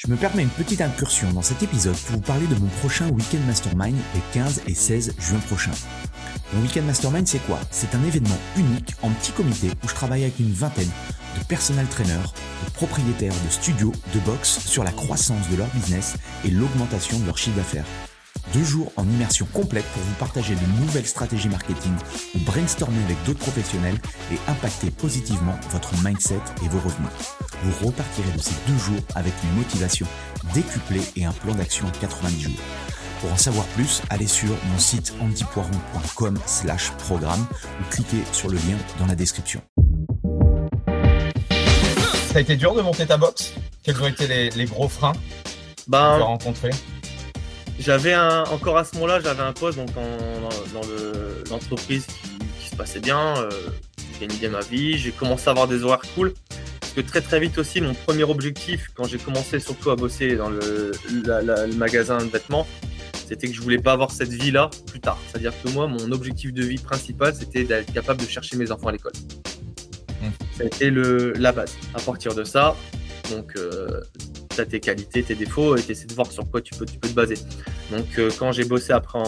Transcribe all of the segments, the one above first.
Je me permets une petite incursion dans cet épisode pour vous parler de mon prochain Weekend Mastermind les 15 et 16 juin prochains. Mon Weekend Mastermind, c'est quoi ? C'est un événement unique en petit comité où je travaille avec une vingtaine de personal trainers, de propriétaires de studios, de box sur la croissance de leur business et l'augmentation de leur chiffre d'affaires. 2 jours en immersion complète pour vous partager de nouvelles stratégies marketing ou brainstormer avec d'autres professionnels et impacter positivement votre mindset et vos revenus. Vous repartirez de ces 2 jours avec une motivation décuplée et un plan d'action en 90 jours. Pour en savoir plus, allez sur mon site andypoiron.com/programme ou cliquez sur le lien dans la description. Ça a été dur de monter ta box ? Quels ont été les gros freins que tu as rencontrés ? Encore à ce moment-là, j'avais un poste donc dans l'entreprise qui se passait bien. J'ai gagné ma vie, j'ai commencé à avoir des horaires cool. Parce que très très vite aussi, mon premier objectif, quand j'ai commencé surtout à bosser dans le magasin de vêtements, c'était que je voulais pas avoir cette vie-là plus tard. C'est-à-dire que moi, mon objectif de vie principal, c'était d'être capable de chercher mes enfants à l'école. Ça a été la base. À partir de ça, donc tu as tes qualités, tes défauts et tu essaies de voir sur quoi tu peux te baser. Donc quand j'ai bossé après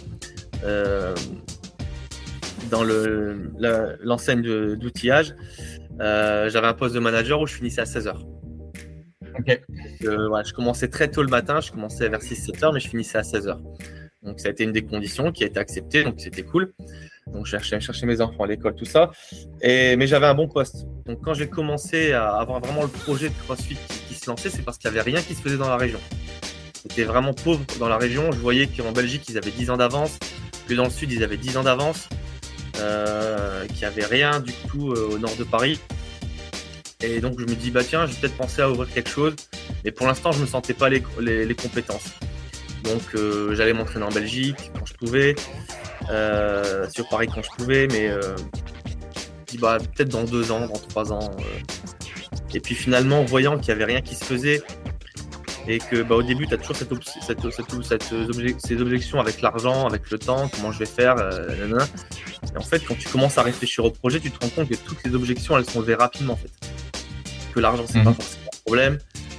dans l'enseigne d'outillage, j'avais un poste de manager où je finissais à 16h. Ok. Je commençais très tôt le matin, je commençais vers 6-7h, mais je finissais à 16h. Donc ça a été une des conditions qui a été acceptée, donc c'était cool. Donc je cherchais mes enfants à l'école, tout ça. Mais j'avais un bon poste. Donc quand j'ai commencé à avoir vraiment le projet de CrossFit qui se lançait, c'est parce qu'il n'y avait rien qui se faisait dans la région. C'était vraiment pauvre dans la région. Je voyais qu'en Belgique, ils avaient 10 ans d'avance, que dans le sud, ils avaient 10 ans d'avance, qu'il n'y avait rien du tout au nord de Paris. Et donc je me dis, tiens, je vais peut-être penser à ouvrir quelque chose. Mais pour l'instant, je ne me sentais pas les compétences. Donc j'allais m'entraîner en Belgique quand je pouvais, sur Paris quand je pouvais, mais je dis peut-être dans 2 ans, dans 3 ans. Et puis finalement, voyant qu'il n'y avait rien qui se faisait et que au début, tu as toujours ces objections avec l'argent, avec le temps, comment je vais faire, Et en fait, quand tu commences à réfléchir au projet, tu te rends compte que toutes les objections, elles sont levées rapidement en fait. Que l'argent, c'est pas forcément un problème.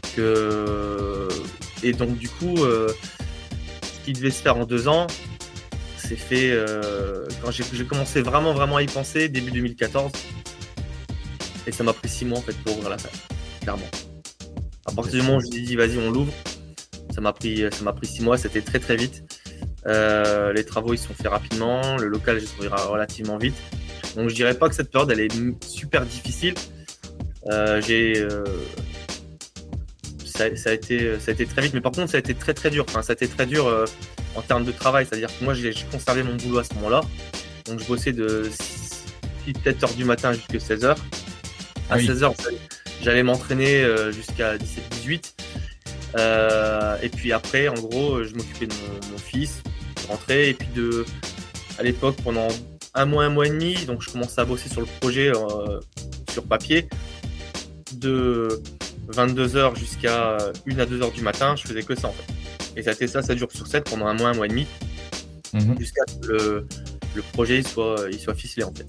Et donc du coup, ce qui devait se faire en 2 ans, c'est fait quand j'ai commencé vraiment à y penser, début 2014. Et ça m'a pris 6 mois en fait pour ouvrir la salle, clairement. À partir du moment où je me suis dit vas-y, on l'ouvre, ça m'a pris 6 mois, c'était très très vite. Les travaux ils se sont faits rapidement, le local j'ai trouvé relativement vite. Donc je dirais pas que cette période elle est super difficile. Ça a été très vite, mais par contre ça a été très très dur. Enfin, ça a été très dur en termes de travail, c'est-à-dire que moi j'ai conservé mon boulot à ce moment-là. Donc je bossais de 6-7h du matin jusqu'à 16h. À 16h, j'allais m'entraîner jusqu'à 17-18. Et puis après, en gros, je m'occupais de mon fils, je rentrais. Et puis à l'époque, pendant un mois et demi, donc je commençais à bosser sur le projet sur papier. De 22h jusqu'à 1 à 2h du matin, je faisais que ça en fait. Et ça a été ça 7 jours sur 7 pendant un mois et demi, jusqu'à ce que le projet il soit ficelé en fait.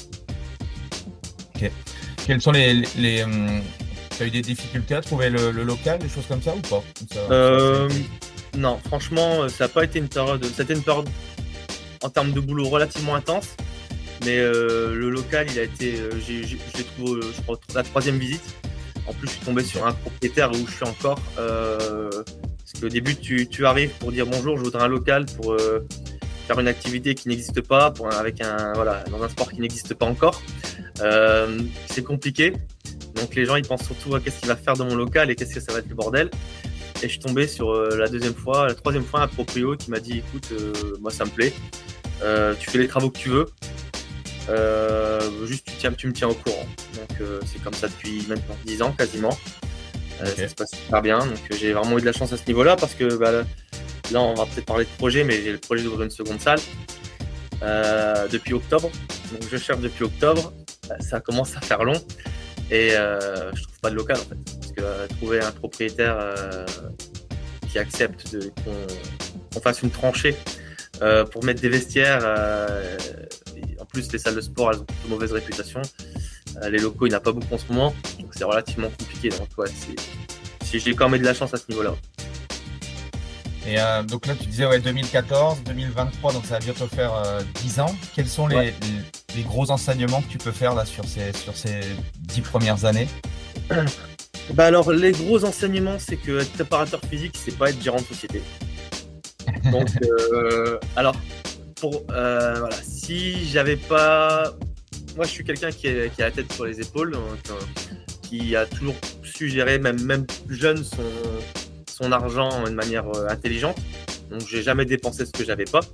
Ok. Quels sont tu as eu des difficultés à trouver le local, des choses comme ça ou pas ? Non, franchement, ça n'a pas été une période. C'était une période en termes de boulot relativement intense, mais le local, il a été. Je l'ai trouvé, je crois, la 3e visite. En plus, je suis tombé sur un propriétaire où je suis encore. Parce qu'au début, tu arrives pour dire bonjour, je voudrais un local pour faire une activité qui n'existe pas, dans un sport qui n'existe pas encore. C'est compliqué. Donc les gens ils pensent surtout à qu'est-ce qu'il va faire dans mon local et qu'est-ce que ça va être le bordel. Et je suis tombé sur la 3e fois un proprio qui m'a dit écoute, moi ça me plaît, tu fais les travaux que tu veux, juste tu me tiens au courant. Donc c'est comme ça depuis maintenant 10 ans quasiment. Ça se passe super bien. Donc j'ai vraiment eu de la chance à ce niveau-là parce que là on va peut-être parler de projet, mais j'ai le projet d'ouvrir une seconde salle depuis octobre. Donc je cherche depuis octobre. Ça commence à faire long et je trouve pas de local en fait. Parce que trouver un propriétaire qui accepte qu'on fasse une tranchée pour mettre des vestiaires. En plus, les salles de sport, elles ont plutôt mauvaise réputation. Les locaux, il n'y en a pas beaucoup en ce moment, donc c'est relativement compliqué. Donc ouais, si j'ai quand même de la chance à ce niveau-là. Et donc là, tu disais 2014, 2023, donc ça va bientôt faire 10 ans. Quels sont les gros enseignements que tu peux faire là sur ces 10 premières années? Bah alors, les gros enseignements, c'est que être préparateur physique, c'est pas être gérant de société. Donc, alors, voilà, si j'avais pas... Moi, je suis quelqu'un qui a la tête sur les épaules, donc, qui a toujours su gérer, même jeune, son argent de manière intelligente. Donc, j'ai jamais dépensé ce que j'avais pas.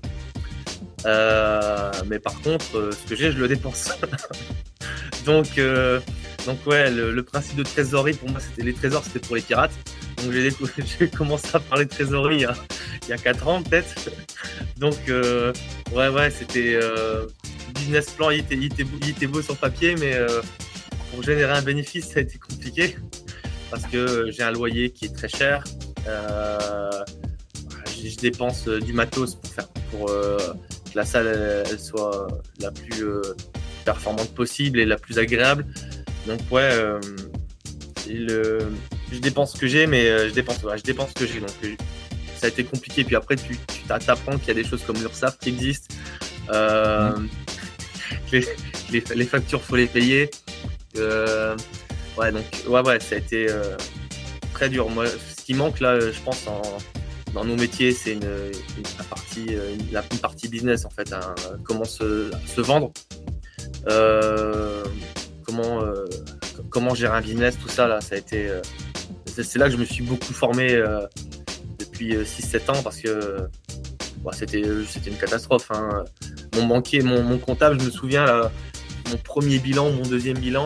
Mais par contre, ce que j'ai, je le dépense. Donc ouais, le principe de trésorerie, pour moi, les trésors, c'était pour les pirates. Donc j'ai commencé à parler de trésorerie il y a 4 ans peut-être. Donc ouais, c'était business plan, il était beau sur papier, mais pour générer un bénéfice, ça a été compliqué parce que j'ai un loyer qui est très cher. Je dépense du matos pour que la salle elle soit la plus performante possible et la plus agréable. Donc ouais, je dépense ce que j'ai, mais je dépense ce que j'ai. Donc ça a été compliqué. Puis après, tu t'apprends qu'il y a des choses comme l'URSSAF qui existent. Les factures, faut les payer. Ouais, donc ouais, ça a été très dur. Moi, ce qui manque là, je pense dans nos métiers, c'est une partie business en fait. Comment se vendre. Comment gérer un business, tout ça là, ça a été c'est là que je me suis beaucoup formé depuis 6-7 ans parce que c'était une catastrophe, hein. Mon banquier, mon comptable, je me souviens là, mon premier bilan, mon deuxième bilan,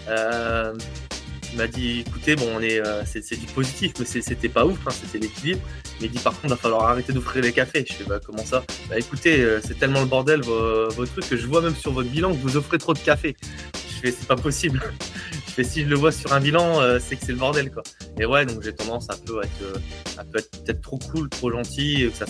il m'a dit écoutez, bon, c'est du positif, mais c'était pas ouf, hein, c'était l'équilibre. Il m'a dit par contre, il va falloir arrêter d'offrir les cafés. Je fais comment ça? Écoutez, c'est tellement le bordel vos trucs que je vois même sur votre bilan que vous offrez trop de café. Je fais c'est pas possible. Je fais si je le vois sur un bilan, c'est que c'est le bordel quoi. Et ouais, donc j'ai tendance un peu à être peut-être trop cool, trop gentil, que ça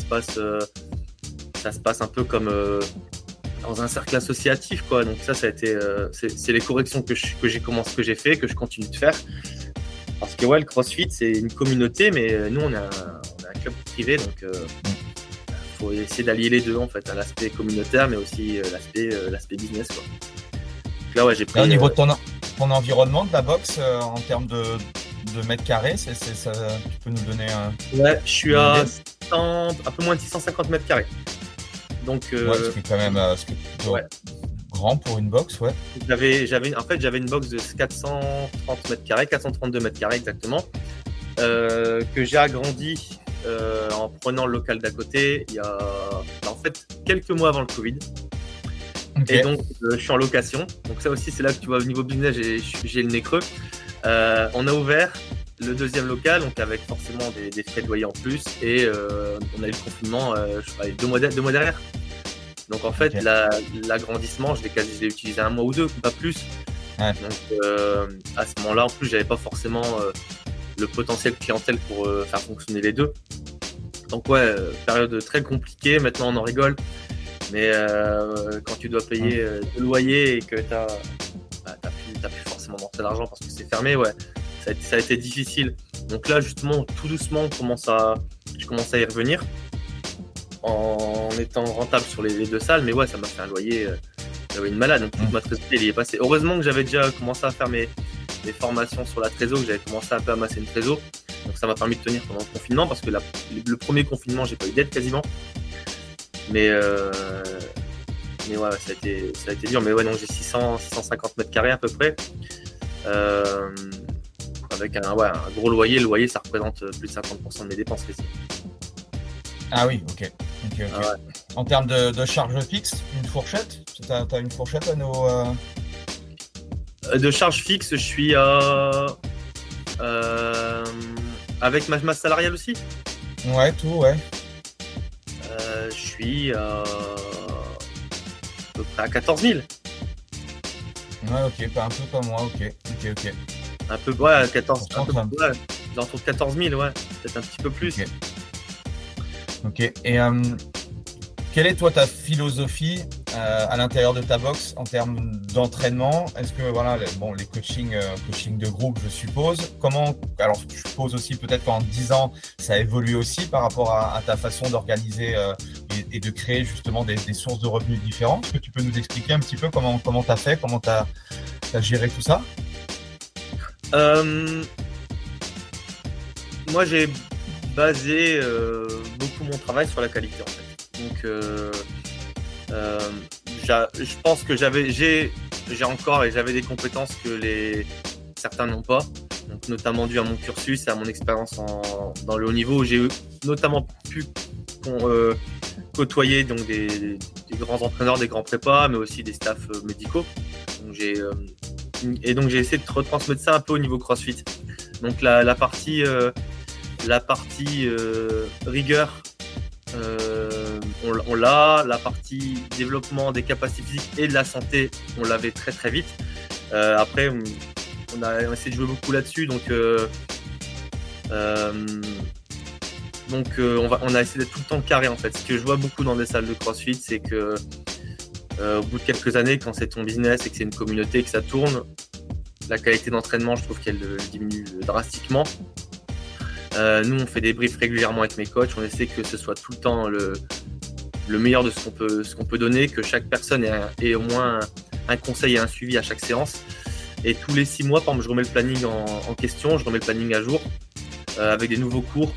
se passe un peu comme dans un cercle associatif quoi. Donc ça a été c'est les corrections que j'ai fait, que je continue de faire. Parce que ouais, le CrossFit c'est une communauté, mais nous on a un club privé, donc faut essayer d'allier les deux en fait, l'aspect communautaire mais aussi l'aspect business quoi. Donc là ouais, j'ai pris. Là, au niveau de ton environnement de la boxe en termes de mètres carrés, ça, tu peux nous donner un. Ouais, je suis à un peu moins de 650 mètres carrés. Donc ce qui est quand même plutôt grand pour une boxe, ouais. J'avais une boxe de 430 mètres carrés, 432 mètres carrés exactement, que j'ai agrandi en prenant le local d'à côté il y a en fait quelques mois avant le Covid. Okay. Et donc je suis en location. Donc ça aussi c'est là que tu vois au niveau business j'ai le nez creux. On a ouvert le deuxième local, donc avec forcément des frais de loyer en plus, et on a eu le confinement je crois 2 mois derrière. Donc en fait l'agrandissement je l'ai utilisé 1 mois ou 2, pas plus. Ouais. Donc à ce moment-là en plus j'avais pas forcément le potentiel clientèle pour faire fonctionner les deux. Donc ouais, période très compliquée, maintenant on en rigole. Mais quand tu dois payer le loyer et que t'as plus forcément rentrer d'argent parce que c'est fermé, ouais, ça a été difficile. Donc là justement tout doucement je commence à y revenir en étant rentable sur les 2 salles, mais ouais ça m'a fait un loyer une malade. Donc toute ma trésorerie elle y est passée. Heureusement que j'avais déjà commencé à faire mes formations sur la trésor, que j'avais commencé un peu à amasser une trésor, donc ça m'a permis de tenir pendant le confinement parce que le premier confinement j'ai pas eu d'aide quasiment. Mais ouais, ça a été dur. Mais ouais, donc j'ai 650 mètres carrés à peu près. Avec un gros loyer. Le loyer, ça représente plus de 50% de mes dépenses ici. Ah oui, ok. Ah ouais. En termes de charge fixe, une fourchette? Tu as une fourchette à nos... De charge fixe, je suis à... avec ma masse salariale aussi? Ouais, tout, ouais. Je suis à peu près à 14 000. Ouais, ok, pas un peu comme moi, ok. Un peu, ouais, 14 000, ouais, dans 14 000, ouais, peut-être un petit peu plus. Ok. Et quelle est toi ta philosophie à l'intérieur de ta box en termes d'entraînement? Est-ce que voilà, les coaching de groupe, je suppose. Alors je suppose aussi peut-être qu'en 10 ans, ça a évolué aussi par rapport à ta façon d'organiser et de créer justement des sources de revenus différentes. Est-ce que tu peux nous expliquer un petit peu comment tu as fait, comment tu as géré tout ça? Moi, j'ai basé beaucoup mon travail sur la qualité en fait. Donc, je pense que j'avais des compétences que certains n'ont pas. Donc, notamment dû à mon cursus et à mon expérience dans le haut niveau, où j'ai notamment pu côtoyer donc des grands entraîneurs, des grands prépas, mais aussi des staffs médicaux. Donc, j'ai essayé de retransmettre ça un peu au niveau CrossFit. Donc la partie rigueur, on l'a. La partie développement des capacités physiques et de la santé, on l'avait très très vite. Après, on a essayé de jouer beaucoup là-dessus. Donc on a essayé d'être tout le temps carré en fait. Ce que je vois beaucoup dans des salles de CrossFit, c'est que au bout de quelques années, quand c'est ton business et que c'est une communauté et que ça tourne, la qualité d'entraînement, je trouve qu'elle diminue drastiquement. Nous, on fait des briefs régulièrement avec mes coachs. On essaie que ce soit tout le temps le meilleur de ce qu'on peut donner, que chaque personne ait au moins un conseil et un suivi à chaque séance. Et tous les 6 mois, par exemple, je remets le planning en question, je remets le planning à jour avec des nouveaux cours.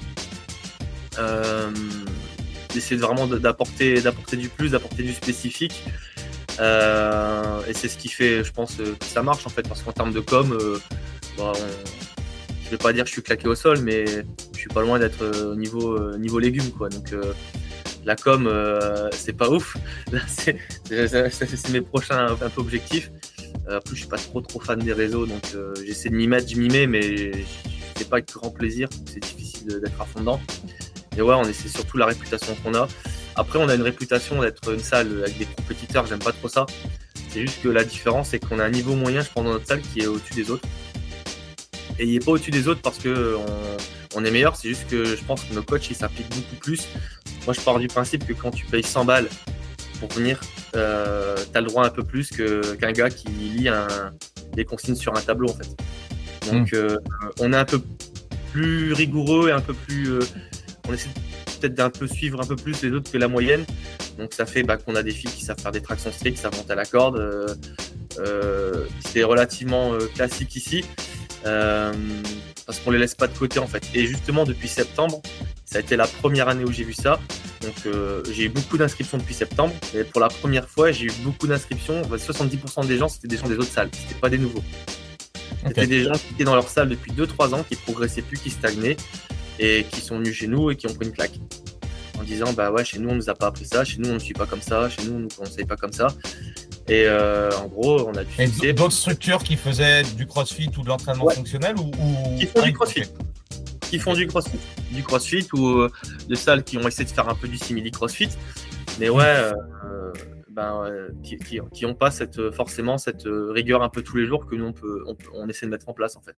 D'essayer vraiment d'apporter du plus, d'apporter du spécifique. Et c'est ce qui fait, je pense, que ça marche en fait, parce qu'en termes de com, je vais pas dire que je suis claqué au sol, mais je suis pas loin d'être au niveau légumes quoi. Donc la com, c'est pas ouf. Là, c'est mes prochains un peu objectifs. Plus je suis pas trop fan des réseaux, donc j'essaie de m'y mettre, je m'y mets, mais je fais pas avec grand plaisir. C'est difficile d'être à fond dedans. Et ouais, on essaie surtout la réputation qu'on a. Après, on a une réputation d'être une salle avec des compétiteurs, j'aime pas trop ça. C'est juste que la différence, c'est qu'on a un niveau moyen, je pense, dans notre salle qui est au-dessus des autres. Et il n'est pas au-dessus des autres parce qu'on est meilleur, c'est juste que je pense que nos coachs, ils s'appliquent beaucoup plus. Moi, je pars du principe que quand tu payes 100 balles pour venir, tu as le droit un peu plus qu'un gars qui lit des consignes sur un tableau, en fait. Donc, on est un peu plus rigoureux et un peu plus... on essaie peut-être d'un peu suivre un peu plus les autres que la moyenne. Donc ça fait qu'on a des filles qui savent faire des tractions strictes, qui savent monter à la corde. C'est relativement classique ici parce qu'on les laisse pas de côté en fait. Et justement depuis septembre, ça a été la première année où j'ai vu ça. Donc j'ai eu beaucoup d'inscriptions depuis septembre. Et pour la première fois, j'ai eu beaucoup d'inscriptions. 70% des gens, c'était des gens des autres salles. C'était pas des nouveaux. C'était des gens qui étaient dans leur salle depuis 2-3 ans, qui progressaient plus, qui stagnaient, et qui sont venus chez nous et qui ont pris une claque en disant ouais, chez nous on nous a pas appris ça, chez nous on ne suit pas comme ça, chez nous on ne conseille pas comme ça. Et en gros on a dû et d'autres structures qui faisaient du crossfit ou de l'entraînement fonctionnel ou qui font du crossfit, qui font du crossfit ou des salles qui ont essayé de faire un peu du simili crossfit, mais qui n'ont pas forcément cette rigueur un peu tous les jours que nous on essaie de mettre en place en fait.